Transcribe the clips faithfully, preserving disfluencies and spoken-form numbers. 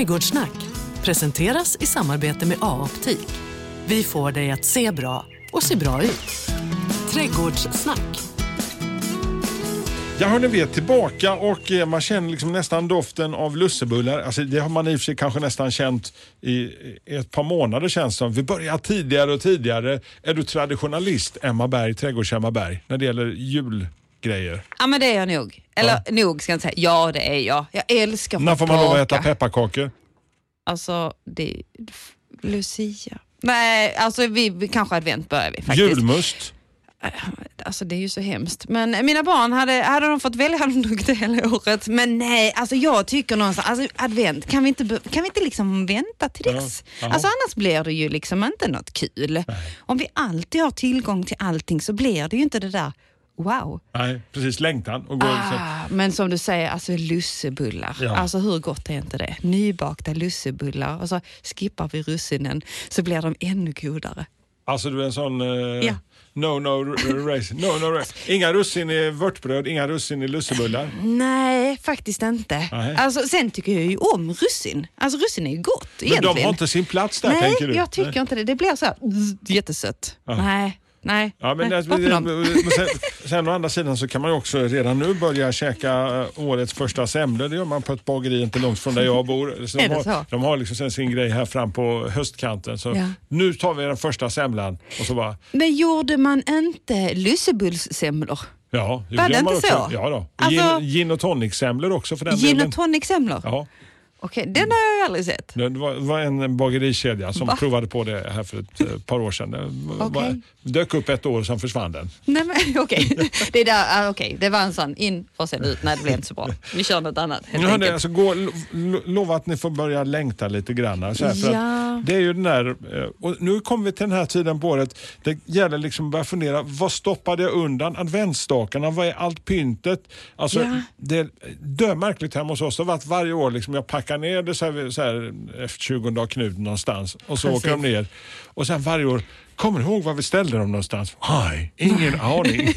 Trädgårdssnack presenteras i samarbete med A-optik. Vi får dig att se bra och se bra ut. Trädgårdssnack. Ja, hörni, vi är tillbaka och man känner liksom nästan doften av lussebullar. Alltså det har man i och för sig kanske nästan känt i ett par månader, känns som. Vi börjar tidigare och tidigare. Är du traditionalist, Emma Berg, trädgårds Emma Berg, när det gäller julgrejer? Ja, men det är jag nog. Eller ja. nog ska jag inte säga. Ja, det är jag. Jag älskar att när får man lov att äta pepparkakor? Alltså, det är Lucia. Nej, alltså vi, vi kanske advent börjar vi faktiskt. Julmust? Alltså det är ju så hemskt. Men mina barn hade, hade de fått välja hade de druckit det hela året. Men nej, alltså jag tycker någonstans, alltså advent, kan vi inte, kan vi inte liksom vänta till dess? Ja. Alltså annars blir det ju liksom inte något kul. Nej. Om vi alltid har tillgång till allting så blir det ju inte det där wow. Nej, precis, längtan. Och gå ah, men som du säger, alltså lussebullar. Ja. Alltså hur gott är inte det? Nybakta lussebullar och så skippar vi russinen så blir de ännu godare. Alltså du är en sån... Uh... Ja. No, no, race. No, no, race. Inga russin i vörtbröd, inga russin i lussebullar? Nej, faktiskt inte. Nej. Alltså, sen tycker jag ju om russin. Alltså russin är ju gott men egentligen. Men de har inte sin plats där, nej, tänker du? Nej, jag tycker Nej. inte det. Det blir så här jättesött. Ja. Nej. Nej, ja, men nej, det, det, sen, sen å andra sidan så kan man ju också redan nu börja käka årets första semlor. Det gör man på ett bageri inte långt från där jag bor. Så de, har, så? de har liksom sin grej här fram på höstkanten. Så ja. Nu tar vi den första semlan. Och så bara... Men gjorde man inte lussebullssemlor? Ja, var det inte också. Så? Ja då. Alltså, gin, gin och tonic-semlor också för den Gin delen. och tonic-semlor? Ja. Okej, den har jag aldrig sett. Det var, var en bagerikedja som Va? provade på det här för ett uh, par år sedan. Det var, okay. dök upp ett år och sen försvann den. Nej men okej, okay. det, där, okay. det var en sån in och sen ut. Nej, det blev inte så bra. Vi kör något annat. Ja, det, alltså, gå, lo, lova att ni får börja längta lite grann. Så här, för ja. att det är ju den där, och nu kommer vi till den här tiden på året. Det gäller liksom att börja fundera, vad stoppade jag undan? Adventsstakarna, vad är allt pyntet? Alltså, ja. det dör märkligt hemma hos oss. Det har varit varje år liksom, jag packar ner det så här, så här efter tjugo dagar knut någonstans och så Precis. åker de ner. Och sen varje år, kommer du ihåg var vi ställde dem någonstans? Nej, ingen aning.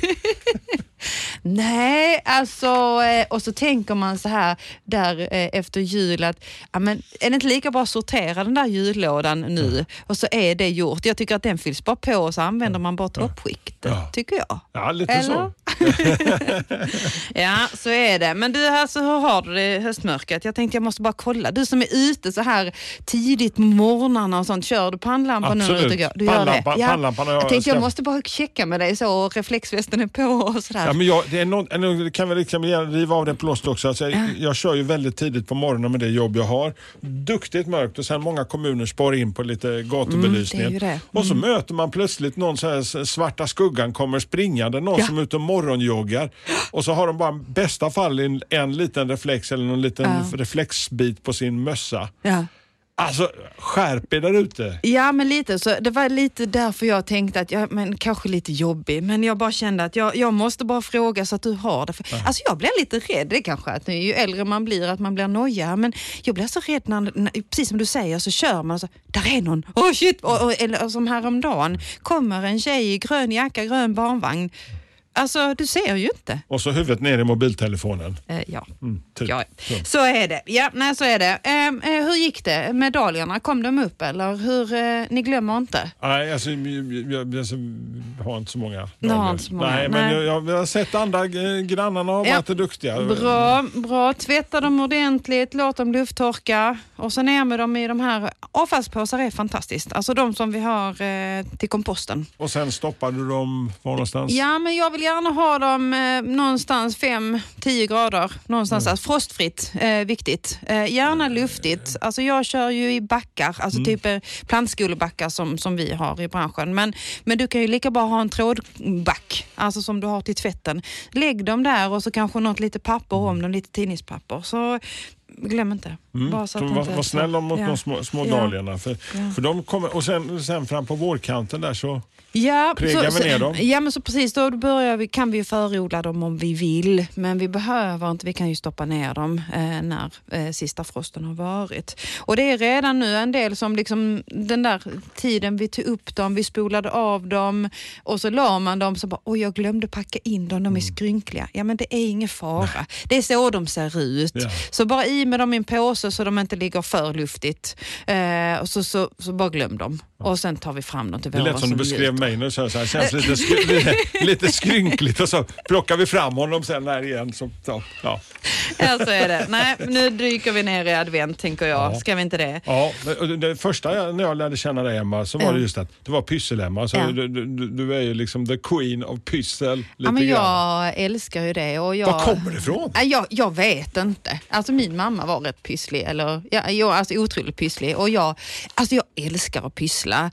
Nej, alltså, och så tänker man så här där efter jul att ja, men, är det inte lika bra att sortera den där jullådan nu? Mm. Och så är det gjort. Jag tycker att den fylls bara på och så använder man bara toppskiktet, ja. tycker jag. Ja, lite Eller? så. Ja, så är det. Men du, alltså, hur har du det i höstmörkret? Jag tänkte jag måste bara kolla. Du som är ute så här tidigt på morgnarna och sånt, kör du pannlampan nu? Absolut. Du, du gör pannlampan, det. Ja. Pannlampan jag, jag tänkte ska... jag måste bara checka med dig så och reflexvästen är på och sådär. Ja, men jag, det är någon, kan väl liksom riva av det plåster också. Alltså, jag, jag kör ju väldigt tidigt på morgonen med det jobb jag har. Duktigt mörkt och sen många kommuner sparar in på lite gatubelysningen. Mm, mm. Och så möter man plötsligt någon så här svarta skuggan kommer springande, någon ja. som är ute och morgonjoggar. Och så har de bara bästa fall en, en liten reflex eller någon liten ja. reflexbit på sin mössa. Ja. Alltså, skärp er där ute. Ja, men lite. Så det var lite därför jag tänkte att jag, men kanske lite jobbig. Men jag bara kände att jag, jag måste bara fråga så att du har det. För, ja. Alltså jag blir lite rädd. Det kanske att ju äldre man blir att man blir noja. Men jag blir så rädd när, när precis som du säger så kör man och så, där är någon. Åh oh, shit. Och, och, eller som häromdagen kommer en tjej i grön jacka, grön barnvagn. Alltså, du ser ju inte. Och så huvudet ner i mobiltelefonen. Eh, ja. Mm, typ. ja, så. så är det. Ja, nej, så är det. Eh, hur gick det? Medaljerna, kom de upp eller hur? Eh, ni glömmer inte? Nej, alltså, jag, jag, jag, jag har inte så många. har inte så många. Nej, men nej. Jag, jag har sett andra grannarna har ja. varit duktiga. Bra, bra. Tvätta dem ordentligt, låt dem lufttorka och så ner med dem i de här avfallspåsar är fantastiskt. Alltså de som vi har eh, till komposten. Och sen stoppar du dem var någonstans? Ja, men jag vill gärna ha dem eh, någonstans fem till tio grader. Någonstans, mm. alltså, frostfritt, eh, viktigt. Eh, gärna luftigt. Alltså jag kör ju i backar, alltså mm. typ eh, plantskolebackar som, som vi har i branschen. Men, men du kan ju lika bara ha en trådback, alltså som du har till tvätten. Lägg dem där och så kanske något lite papper om dem, lite tidningspapper. Så glöm inte. Mm. Bara så att var, inte var snälla mot ja. de små, små ja. dahliorna. För, ja. för de kommer, och sen, sen fram på vårkanten där så ja, pregar så, vi ner dem. Ja, men så precis då börjar vi, kan vi ju förodla dem om vi vill. Men vi behöver inte, vi kan ju stoppa ner dem eh, när eh, sista frosten har varit. Och det är redan nu en del som liksom den där tiden vi tog upp dem, vi spolade av dem och så la man dem så bara, oj jag glömde packa in dem, de är skrynkliga. Ja men det är ingen fara. Det är så de ser ut. Ja. Så bara i i med dem i en påse så de inte ligger för luftigt. Eh, och så, så, så bara glöm dem. Och sen tar vi fram dem till våren. Det lät som du beskrev mig nu, så här, känns lite, skry- lite, lite skrynkligt och så plockar vi fram honom sen här igen. Så, så, ja. Ja, så är det. Nej, nu dyker vi ner i advent, tänker jag. Ja. Ska vi inte det? Ja, men det första när jag lärde känna dig, Emma, så var det just att det var pyssel-Emma. Så ja. du, du, du är ju liksom the queen of pyssel. Lite ja, men jag grann. älskar ju det. Och jag, var kommer det ifrån? Jag, jag vet inte. Alltså min mamma var rätt pysslig. Eller, ja, jag alltså otroligt pysslig. Och jag, alltså jag älskar att pyssla.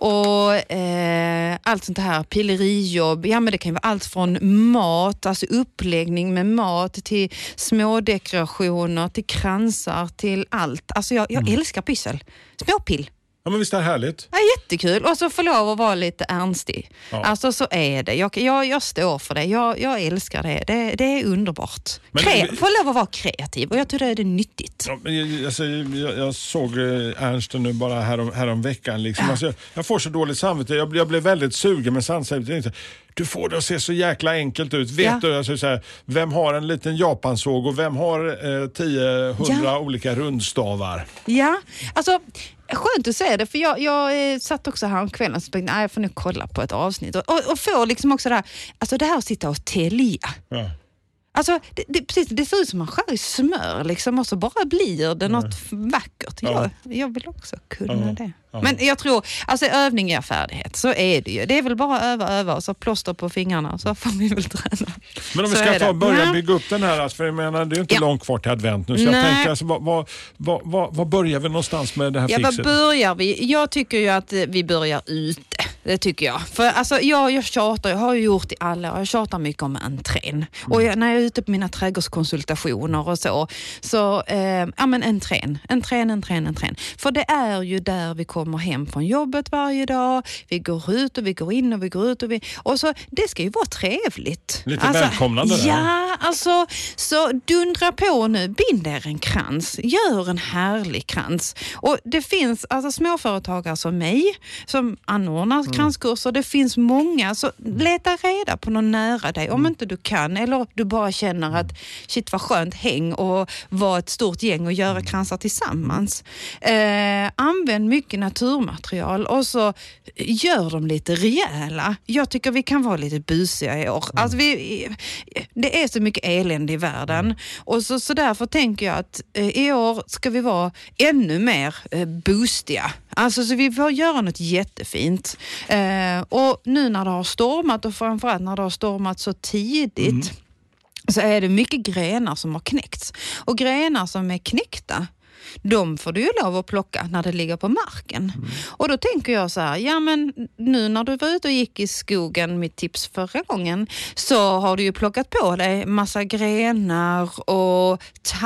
Och eh, allt sånt här pillerijobb. Ja, men det kan ju vara allt från mat, alltså uppläggning med mat till små dekorationer, till kransar, till allt. Alltså jag, jag mm. älskar pyssel. Småpill. Ja, men visst är det härligt? Ja, jättekul. Och så får lov att vara lite ernstig. Ja. Alltså så är det. Jag, jag, jag står för det. Jag, jag älskar det. Det, det är underbart. Men, Kre- får lov att vara kreativ. Och jag tror det är det nyttigt. Ja, men, alltså, jag, jag såg Ernst nu bara härom, härom veckan. Liksom. Ja. Alltså, jag, jag får så dåligt samvete. Jag, jag blev väldigt sugen, men samtidigt inte. Du får det att se så jäkla enkelt ut. Vet ja. du, alltså, så här, vem har en liten japansåg och vem har eh, tio hundra ja. olika rundstavar? Ja, alltså skönt att säga det, för jag, jag eh, satt också här om kvällen och tänkte, nej, jag får nu kolla på ett avsnitt och, och, och får liksom också det här, alltså det här att sitta och tälja. Ja. Alltså, det, det, precis, det ser ut som man skär i smör liksom, och så bara blir det något mm. vackert. Ja. Jag, jag vill också kunna mm. det. Mm. Men jag tror, alltså övning är färdighet, så är det ju. Det är väl bara öva, öva och så plåster på fingrarna, så får vi väl träna. Men om vi ska ta, börja ja. bygga upp den här, alltså, för jag menar, det är ju inte ja. långt kvar till advent nu, så Nej. jag tänker, alltså, vad, vad, vad, vad börjar vi någonstans med det här ja, fixet? Ja, vad börjar vi? Jag tycker ju att vi börjar ute. Det tycker jag. För alltså, jag, jag tjatar, jag har ju gjort i alla, och jag tjatar mycket om entrén. Mm. Och jag, när jag är ute på mina trädgårdskonsultationer och så, så eh, ja men entrén, entrén, entrén, entrén. För det är ju där vi kommer hem från jobbet varje dag. Vi går ut och vi går in och vi går ut och vi... Och så, det ska ju vara trevligt. Lite alltså, välkomnande där. Ja, alltså, så dundra på nu, bind er en krans. Gör en härlig krans. Och det finns alltså småföretagare som mig, som anordnar mm. kranskurser. Det finns många, så leta reda på någon nära dig. Om mm. inte du kan, eller du bara känner att shit vad skönt, häng och vara ett stort gäng och göra kransar tillsammans. Eh, använd mycket naturmaterial och så gör dem lite rejäla. Jag tycker vi kan vara lite busiga i år. Mm. Alltså vi, det är så mycket elände i världen. Mm. Och så, så därför tänker jag att eh, i år ska vi vara ännu mer eh, boostiga. Alltså så vi får göra något jättefint. Eh, och nu när det har stormat, och framförallt när det har stormat så tidigt, mm. så är det mycket grenar som har knäckts. Och grenar som är knäckta, de får du ju lov att plocka när det ligger på marken. Mm. Och då tänker jag så här, ja men nu när du var ute och gick i skogen, mitt tips förra gången, så har du ju plockat på dig massa grenar och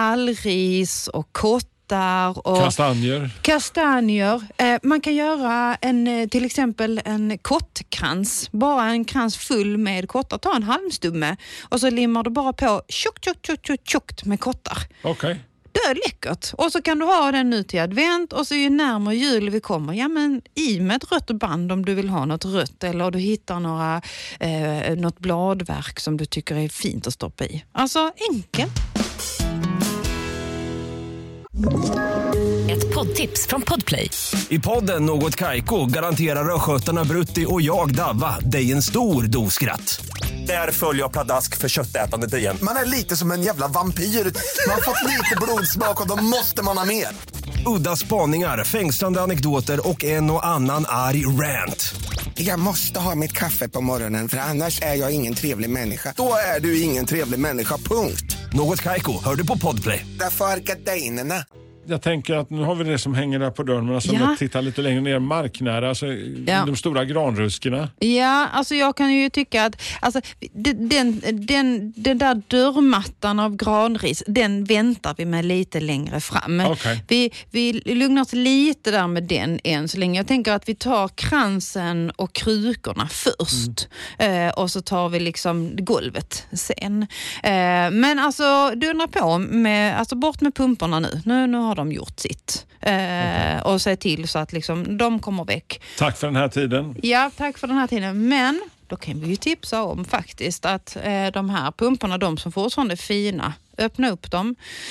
tallris och kott. Och kastanjer. Kastanjer. Eh, man kan göra en, till exempel en kottkrans. Bara en krans full med kottar. Ta en halmstumme och så limmar du bara på tjock, tjock, tjock, tjock, tjock med kottar. Okej. Okay. Det är läckert. Och så kan du ha den nu till advent, och så ju närmare jul vi kommer, ja men i med ett rött band om du vill ha något rött, eller du hittar några, eh, något bladverk som du tycker är fint att stoppa i. Alltså enkelt. Ett poddtips från Podplay. I podden Något Kaiko garanterar röskötarna Brutti och jag Davva dig en stor doskratt. Där följer jag pladask för köttätandet igen. Man är lite som en jävla vampyr. Man har fått lite blodsmak och då måste man ha mer. Udda spaningar, fängslande anekdoter och en och annan arg rant. Jag måste ha mitt kaffe på morgonen, för annars är jag ingen trevlig människa. Då är du ingen trevlig människa, punkt. Något Kaiko, hör du på Podplay. Därför är gardinerna. Jag tänker att nu har vi det som hänger där på dörren, men alltså ja. om jag tittar lite längre ner marknära, alltså ja. de stora granruskorna. Ja, alltså jag kan ju tycka att alltså, den, den, den där dörrmattan av granris, den väntar vi med lite längre fram. Okay. Vi, vi lugnar oss lite där med den än så länge. Jag tänker att vi tar kransen och krukorna först. Mm. Eh, och så tar vi liksom golvet sen. Eh, men alltså dundra på med, alltså bort med pumporna nu. Nu, nu har de gjort sitt. Eh, okay. Och se till så att liksom, de kommer väck. Tack för den här tiden. Ja, tack för den här tiden. Men då kan vi ju tipsa om faktiskt att eh, de här pumparna, de som fortfarande är fina, öppna upp dem,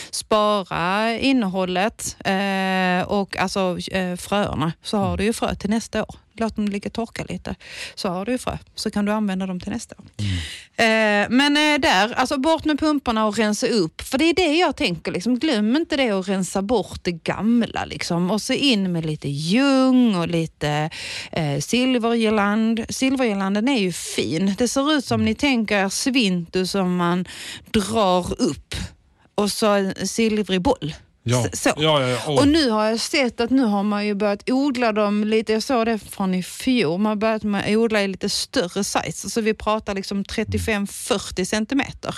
spara innehållet eh, och alltså eh, fröerna, så har du ju frö till nästa år. Låt dem ligga torka lite, så har du ju frö, så kan du använda dem till nästa år. Mm. Eh, men eh, där, alltså bort med pumparna och rensa upp, för det är det jag tänker, liksom, glöm inte det att rensa bort det gamla liksom, och så in med lite ljung och lite eh, silvergirland. Silvergirlanden är ju fin, det ser ut som ni tänker svintu som man drar upp och så en silvrig boll. Ja. Så. Ja, ja, ja. Oh. Och nu har jag sett att nu har man ju börjat odla dem lite, jag såg det från i fjol, man har börjat med odla i lite större size, så vi pratar liksom trettiofem till fyrtio centimeter.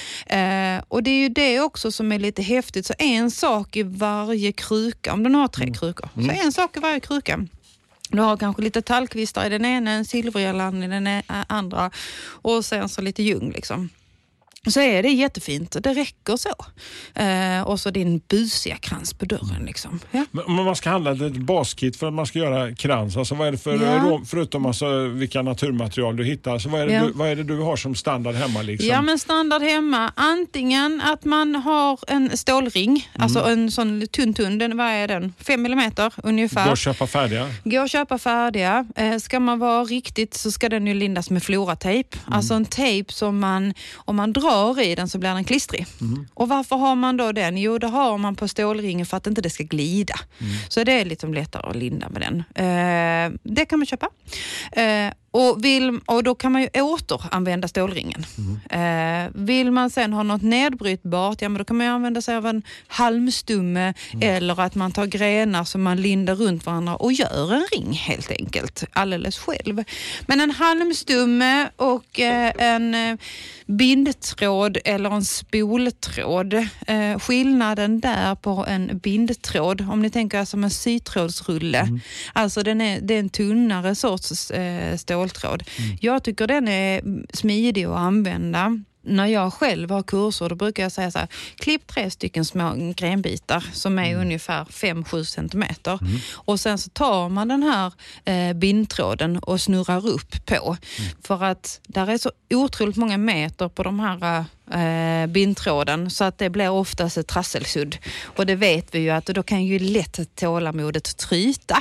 Eh, och det är ju det också som är lite häftigt, så en sak i varje kruka, om du har tre mm. krukor, mm. så en sak i varje kruka. Du har kanske lite tallkvistar i den ena, en silvergirland i den andra och sen så lite ljung liksom. Så är det jättefint. Det räcker så. Eh, och så din busiga krans på dörren. Liksom. Ja. Men om man ska handla ett baskit för att man ska göra krans, alltså vad är det för, ja. förutom alltså vilka naturmaterial du hittar, alltså vad är det, ja. du, vad är det du har som standard hemma? Liksom? Ja, men standard hemma, antingen att man har en stålring, mm. alltså en sån tunn tunn, den, vad är den? Fem millimeter ungefär. Gå och köpa färdiga. Gå och köpa färdiga. Eh, ska man vara riktigt så ska den ju lindas med floratejp. Mm. Alltså en tejp som man, om man drar i den så blir den klistrig. Mm. Och varför har man då den? Jo, det har man på stålringen för att inte det ska glida. Mm. Så det är lite lättare att linda med den. Eh, det kan man köpa. Eh, och, vill, och då kan man ju återanvända stålringen. Mm. Eh, vill man sen ha något nedbrytbart, ja men då kan man ju använda sig av en halmstumme mm. eller att man tar grenar som man lindar runt varandra och gör en ring helt enkelt. Alldeles själv. Men en halmstumme och eh, en eh, bindtråd eller en spoltråd. Eh, skillnaden där på en bindtråd, om ni tänker som en sytrådsrulle. Mm. Alltså den är, det är en tunnare sorts eh, ståltråd. Mm. Jag tycker den är smidig att använda. När jag själv har kurser då brukar jag säga så här, klipp tre stycken små grenbitar som är mm. ungefär fem till sju centimeter. Mm. Och sen så tar man den här eh, bindtråden och snurrar upp på. Mm. För att där är så otroligt många meter på de här eh, bindtråden så att det blir oftast ett trasselsudd. Och det vet vi ju att då kan ju lätt tålamodet tryta.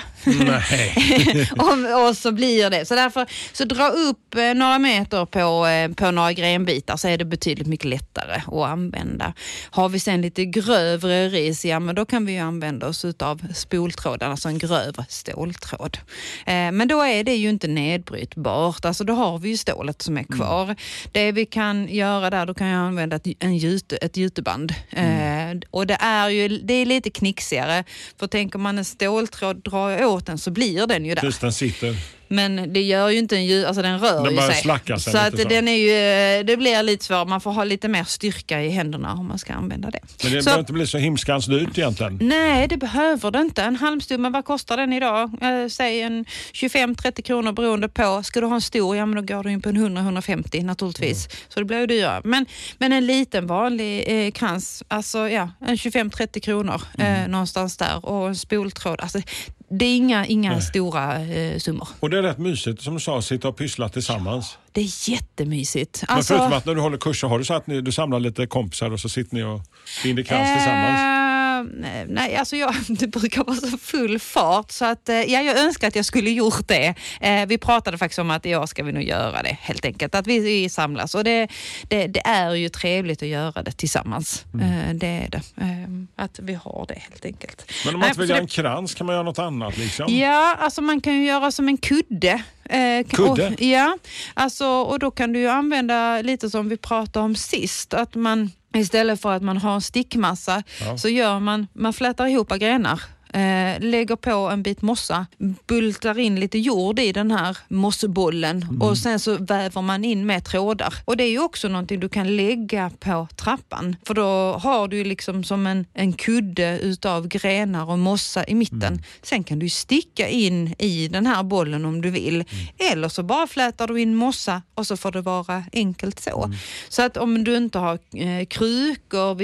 Nej. och, och så blir det. Så därför så dra upp eh, några meter på, eh, på några grenbitar så är det betydligt mycket lättare att använda. Har vi sen lite grövre ris, ja men då kan vi ju använda oss av spoltråden, alltså en grövre ståltråd. Eh, men då är det ju inte nedbrytbart, alltså då har vi ju stålet som är kvar. Mm. Det vi kan göra där, då kan jag använda ett, en jute, ett juteband. Mm. Eh, och det är ju det är lite knixigare, för tänker man en ståltråd drar åt den så blir den ju där. Just den sitter. Men det gör ju inte en ljud, alltså den rör den ju sig. Slacka sig så att så. Den är ju, det blir lite svårt. Man får ha lite mer styrka i händerna om man ska använda det. Men det så, behöver inte bli så himskans dyrt egentligen. Nej, det behöver det inte. En halmstumme, vad kostar den idag? Eh, säg en tjugofem till trettio kronor beroende på. Ska du ha en stor, ja men då går du in på en hundra till hundrafemtio naturligtvis. Mm. Så det blir ju dyrare. Men, men en liten vanlig eh, krans, alltså ja, en tjugofem till trettio kronor eh, mm. någonstans där. Och en spoltråd, alltså det är inga, inga stora eh, summor. Och det är rätt mysigt som du sa, sitta och pyssla tillsammans. Ja, det är jättemysigt. Men alltså, förutom att när du håller kurser, har du så att ni, du samlar lite kompisar och så sitter ni och binder krans eh, tillsammans? Nej, alltså jag, det brukar vara så full fart så att ja, jag önskar att jag skulle gjort det. Eh, vi pratade faktiskt om att ja, ska vi nog göra det helt enkelt. Att vi, vi samlas och det, det, det är ju trevligt att göra det tillsammans. Mm. Eh, det är det. Eh, att vi har det helt enkelt. Men om man inte vill göra en krans kan man göra något annat liksom? Ja, alltså man kan ju göra som en kudde. Eh, Kudde? Och, ja, alltså, och då kan du ju använda lite som vi pratade om sist, att man istället för att man har en stickmassa ja. så gör man, man flätar ihop grenar. Eh, lägger på en bit mossa, bultar in lite jord i den här mossebollen mm. och sen så väver man in med trådar. Och det är ju också någonting du kan lägga på trappan, för då har du liksom som en, en kudde utav grenar och mossa i mitten. Mm. Sen kan du sticka in i den här bollen om du vill. Mm. Eller så bara flätar du in mossa och så får det vara enkelt så. Mm. Så att om du inte har eh, krukor vid trappan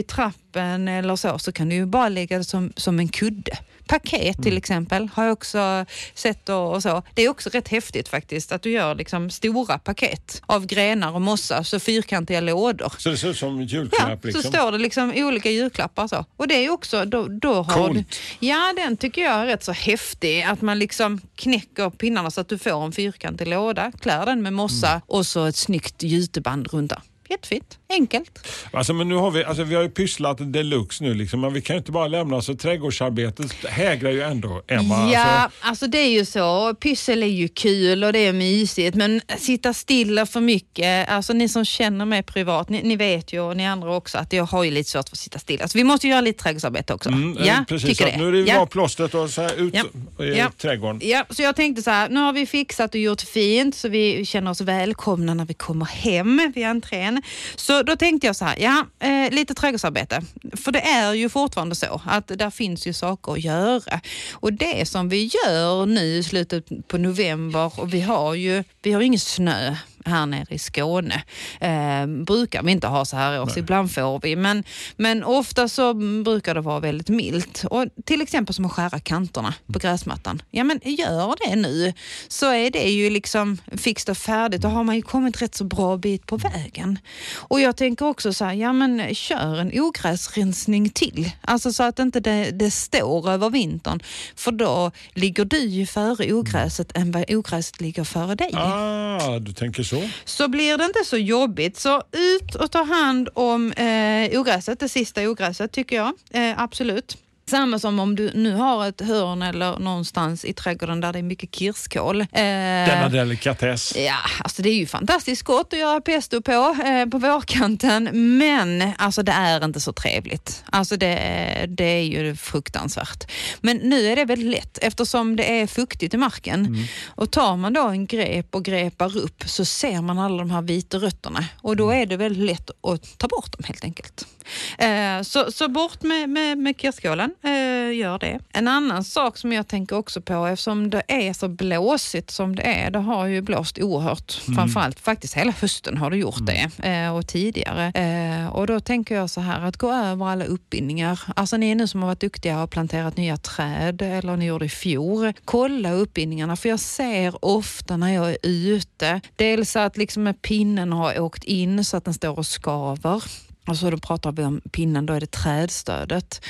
trappen eller så, så kan du ju bara lägga det som, som en kudde. Paket till mm. exempel har jag också sett och, och så. Det är också rätt häftigt faktiskt att du gör liksom stora paket av grenar och mossa, så fyrkantiga lådor. Så det ser ut som julklapp? Ja, liksom. Så står det liksom olika julklappar så. Och det är också, då, då har Coolt. du... Ja, den tycker jag är rätt så häftig. Att man liksom knäcker pinnarna så att du får en fyrkantig låda, klär den med mossa mm. och så ett snyggt juteband runt där. Jättefint. Enkelt. Alltså, men nu har vi, alltså, vi har ju pysslat deluxe nu liksom, men vi kan ju inte bara lämna, så trädgårdsarbetet hägrar ju ändå, Emma. Ja, alltså. alltså det är ju så. Pyssel är ju kul och det är mysigt, men sitta stilla för mycket, alltså ni som känner mig privat, ni, ni vet ju och ni andra också att jag har ju lite svårt för att sitta stilla. Så vi måste göra lite trädgårdsarbete också. Mm, ja, precis. tycker Så det. nu är det ja. var plåstret och så här ut ja. i ja. trädgården. Ja, så jag tänkte så här, nu har vi fixat och gjort fint så vi känner oss välkomna när vi kommer hem vid entrén. Så då tänkte jag så här, ja, eh, lite trädgårdsarbete. För det är ju fortfarande så att där finns ju saker att göra. Och det som vi gör nu i slutet på november, och vi har ju vi har ingen snö här nere i Skåne. Eh, brukar vi inte ha så här års, ibland får vi. Men, men ofta så brukar det vara väldigt milt. Och till exempel som att skära kanterna på gräsmattan. Ja, men gör det nu. Så är det ju liksom fixt och färdigt. Då har man ju kommit rätt så bra bit på vägen. Och jag tänker också så här, ja men kör en ogräsrensning till. Alltså så att inte det, det står över vintern. För då ligger du ju före ogräset än vad ogräset ligger före dig. Ah, du tänker så. Så blir det inte så jobbigt. Så ut och ta hand om eh, ogräset, det sista ogräset tycker jag. Eh, absolut. Samma som om du nu har ett hörn eller någonstans i trädgården där det är mycket kirskål. Eh, Denna delikatess. Ja, alltså det är ju fantastiskt gott att göra pesto på, eh, på vårkanten. Men alltså det är inte så trevligt. Alltså det, det är ju fruktansvärt. Men nu är det väldigt lätt eftersom det är fuktigt i marken. Mm. Och tar man då en grep och grepar upp så ser man alla de här vita rötterna. Och då är det väldigt lätt att ta bort dem helt enkelt. Eh, så, så bort med, med, med kirskålen. Uh, gör det. En annan sak som jag tänker också på, eftersom det är så blåsigt som det är, det har ju blåst oerhört. Mm. Framförallt faktiskt hela hösten har det gjort mm. det uh, och tidigare. Uh, och då tänker jag så här, att gå över alla uppbindningar. Alltså ni är nu som har varit duktiga och planterat nya träd, eller ni gjorde i fjol. Kolla uppbindningarna, för jag ser ofta när jag är ute, dels att liksom pinnen har åkt in så att den står och skaver. Och så då pratar vi om pinnen, då är det trädstödet.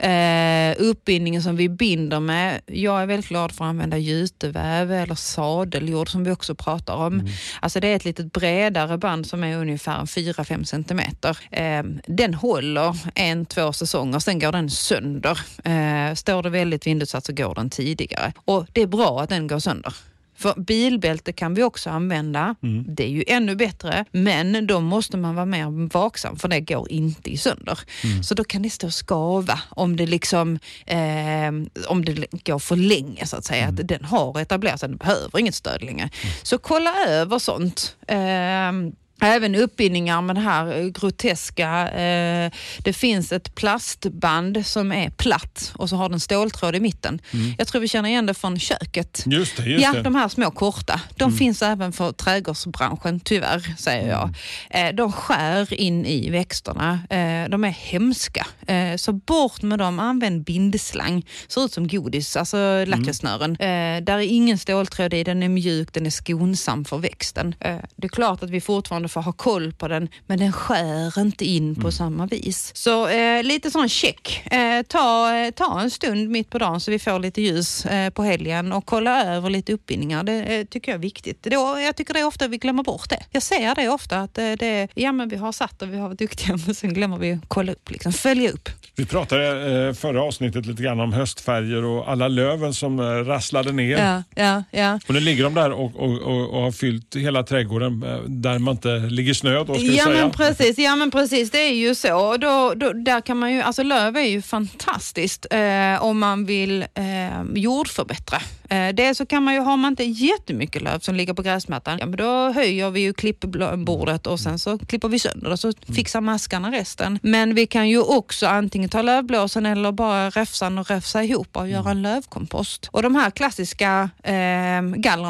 Eh, uppbindningen som vi binder med, jag är väldigt glad för att använda juteväv eller sadeljord som vi också pratar om. Mm. Alltså det är ett litet bredare band som är ungefär fyra till fem centimeter. Eh, den håller en, två säsonger, sen går den sönder. Eh, står det väldigt vindutsatt så går den tidigare. Och det är bra att den går sönder. För bilbälte kan vi också använda. Mm. Det är ju ännu bättre. Men då måste man vara mer vaksam. För det går inte i sönder. Mm. Så då kan det stå och skava. Om det liksom eh, om det går för länge så att säga. Mm. Att den har etablerat sig. Den behöver inget stöd längre. Mm. Så kolla över sånt. Eh, Även uppbindningar med det här groteska. Eh, det finns ett plastband som är platt och så har den ståltråd i mitten. Mm. Jag tror vi känner igen det från köket. Just det, just ja, det. de här små korta. De mm. finns även för trädgårdsbranschen, tyvärr, säger jag. Eh, de skär in i växterna. Eh, de är hemska. Eh, så bort med dem, använd bindslang. Ser ut som godis, alltså lakritsnören. Mm. Eh, där är ingen ståltråd i, den är mjuk, den är skonsam för växten. Eh, det är klart att vi fortfarande för att ha koll på den, men den skär inte in på mm. samma vis. Så eh, lite sån check. Eh, ta, ta en stund mitt på dagen så vi får lite ljus eh, på helgen och kolla över lite uppbindningar. Det eh, tycker jag är viktigt. Det, jag tycker det är ofta vi glömmer bort det. Jag ser det ofta att eh, det, ja, men vi har satt och vi har varit duktiga, men sen glömmer vi att kolla upp, liksom, följa upp. Vi pratade eh, förra avsnittet lite grann om höstfärger och alla löven som eh, rasslade ner. Ja, ja, ja. Och nu ligger de där och, och, och, och har fyllt hela trädgården eh, där man inte ligger snö då, ska ja, säga. Men precis, ja men precis, det är ju så. Då, då, där kan man ju, alltså löv är ju fantastiskt eh, om man vill eh, jordförbättra. Eh, det så kan man ju, har man inte jättemycket löv som ligger på gräsmattan, ja men då höjer vi ju klippbordet och sen så klipper vi sönder och så fixar maskarna resten. Men vi kan ju också antingen ta lövblåsen eller bara räfsan och räfsa ihop och göra en lövkompost. Och de här klassiska eh, gallrarna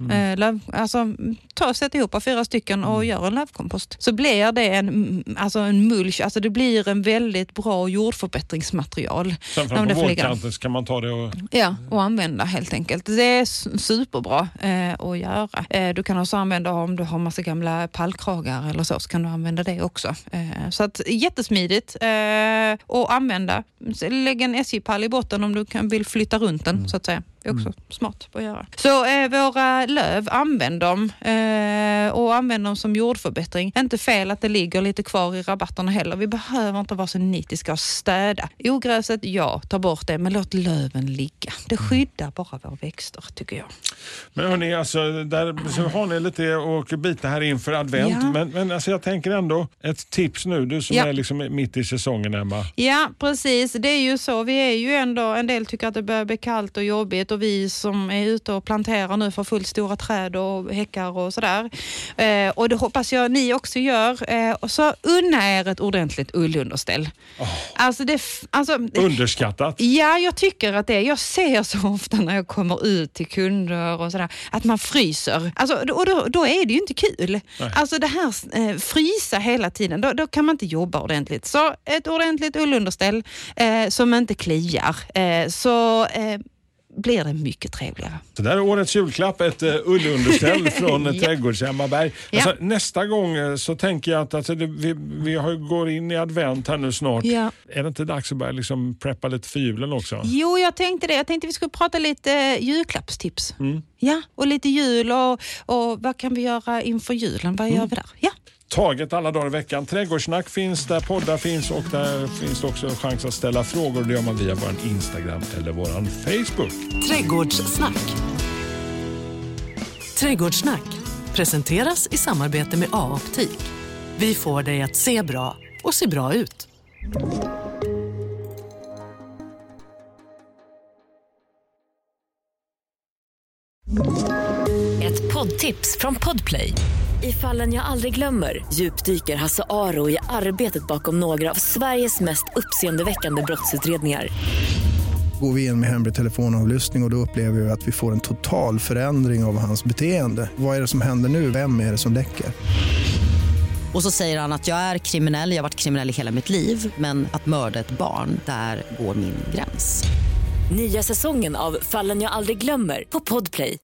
Mm. Eh, löv, alltså, ta, sätt ihop fyra stycken och mm. gör en lövkompost. Så blir det en, alltså en mulch, alltså det blir en väldigt bra jordförbättringsmaterial. Sen fram på vårkanten kan man ta det och... Ja, och använda helt enkelt. Det är superbra eh, att göra. Eh, du kan också använda om du har massa gamla pallkragar eller så, så kan du använda det också. Eh, så att jättesmidigt eh, och använda. Lägg en S J-pall i botten om du kan, vill flytta runt den, mm. så att säga. Det är också mm. smart att göra. Så eh, våra löv, använd dem eh, och använd dem som jordförbättring. Inte fel att det ligger lite kvar i rabatterna heller. Vi behöver inte vara så nitiska och städa. Ogräset, ja, ta bort det, men låt löven ligga. Det skyddar bara våra växter, tycker jag. Men hörni, alltså, där så har ni lite att bita här inför advent. Ja. Men, men alltså, jag tänker ändå ett tips nu, du som ja. är liksom mitt i säsongen, Emma. Ja, precis. Det är ju så. Vi är ju ändå, en del tycker att det börjar bli kallt och jobbigt. Och vi som är ute och planterar nu för fullt stora träd och häckar och sådär. Eh, och det hoppas jag ni också gör. Eh, och så unna er ett ordentligt ullunderställ. Oh. Alltså det, alltså, underskattat. Ja, jag tycker att det. Jag ser så ofta när jag kommer ut till kunder och sådär, att man fryser. Alltså, och då, då är det ju inte kul. Nej. Alltså det här eh, frysa hela tiden, då, då kan man inte jobba ordentligt. Så ett ordentligt ullunderställ eh, som inte kliar. Eh, så... Eh, blir det mycket trevligare. Så där är årets julklapp, ett uh, ullunderställ från ja. Trädgårds Emmaberg. Alltså, ja. Nästa gång så tänker jag att alltså, det, vi, vi har, går in i advent här nu snart. Ja. Är det inte dags att börja liksom preppa lite för julen också? Jo, jag tänkte det. Jag tänkte vi skulle prata lite julklappstips. Mm. Ja, och lite jul och, och vad kan vi göra inför julen? Vad mm. gör vi där? Ja. Taget alla dagar i veckan. Trädgårdssnack finns där, poddar finns och där finns också chans att ställa frågor. Det gör man via vår Instagram eller vår Facebook. Trädgårdssnack. Trädgårdssnack presenteras i samarbete med A-optik. Vi får dig att se bra och se bra ut. Ett poddtips från Podplay. I Fallen jag aldrig glömmer djupdyker Hasse Aro i arbetet bakom några av Sveriges mest uppseendeväckande brottsutredningar. Går vi in med hemlig telefonavlyssning och, och då upplever vi att vi får en total förändring av hans beteende. Vad är det som händer nu? Vem är det som läcker? Och så säger han att jag är kriminell, jag har varit kriminell i hela mitt liv. Men att mörda ett barn, där går min gräns. Nya säsongen av Fallen jag aldrig glömmer på Podplay.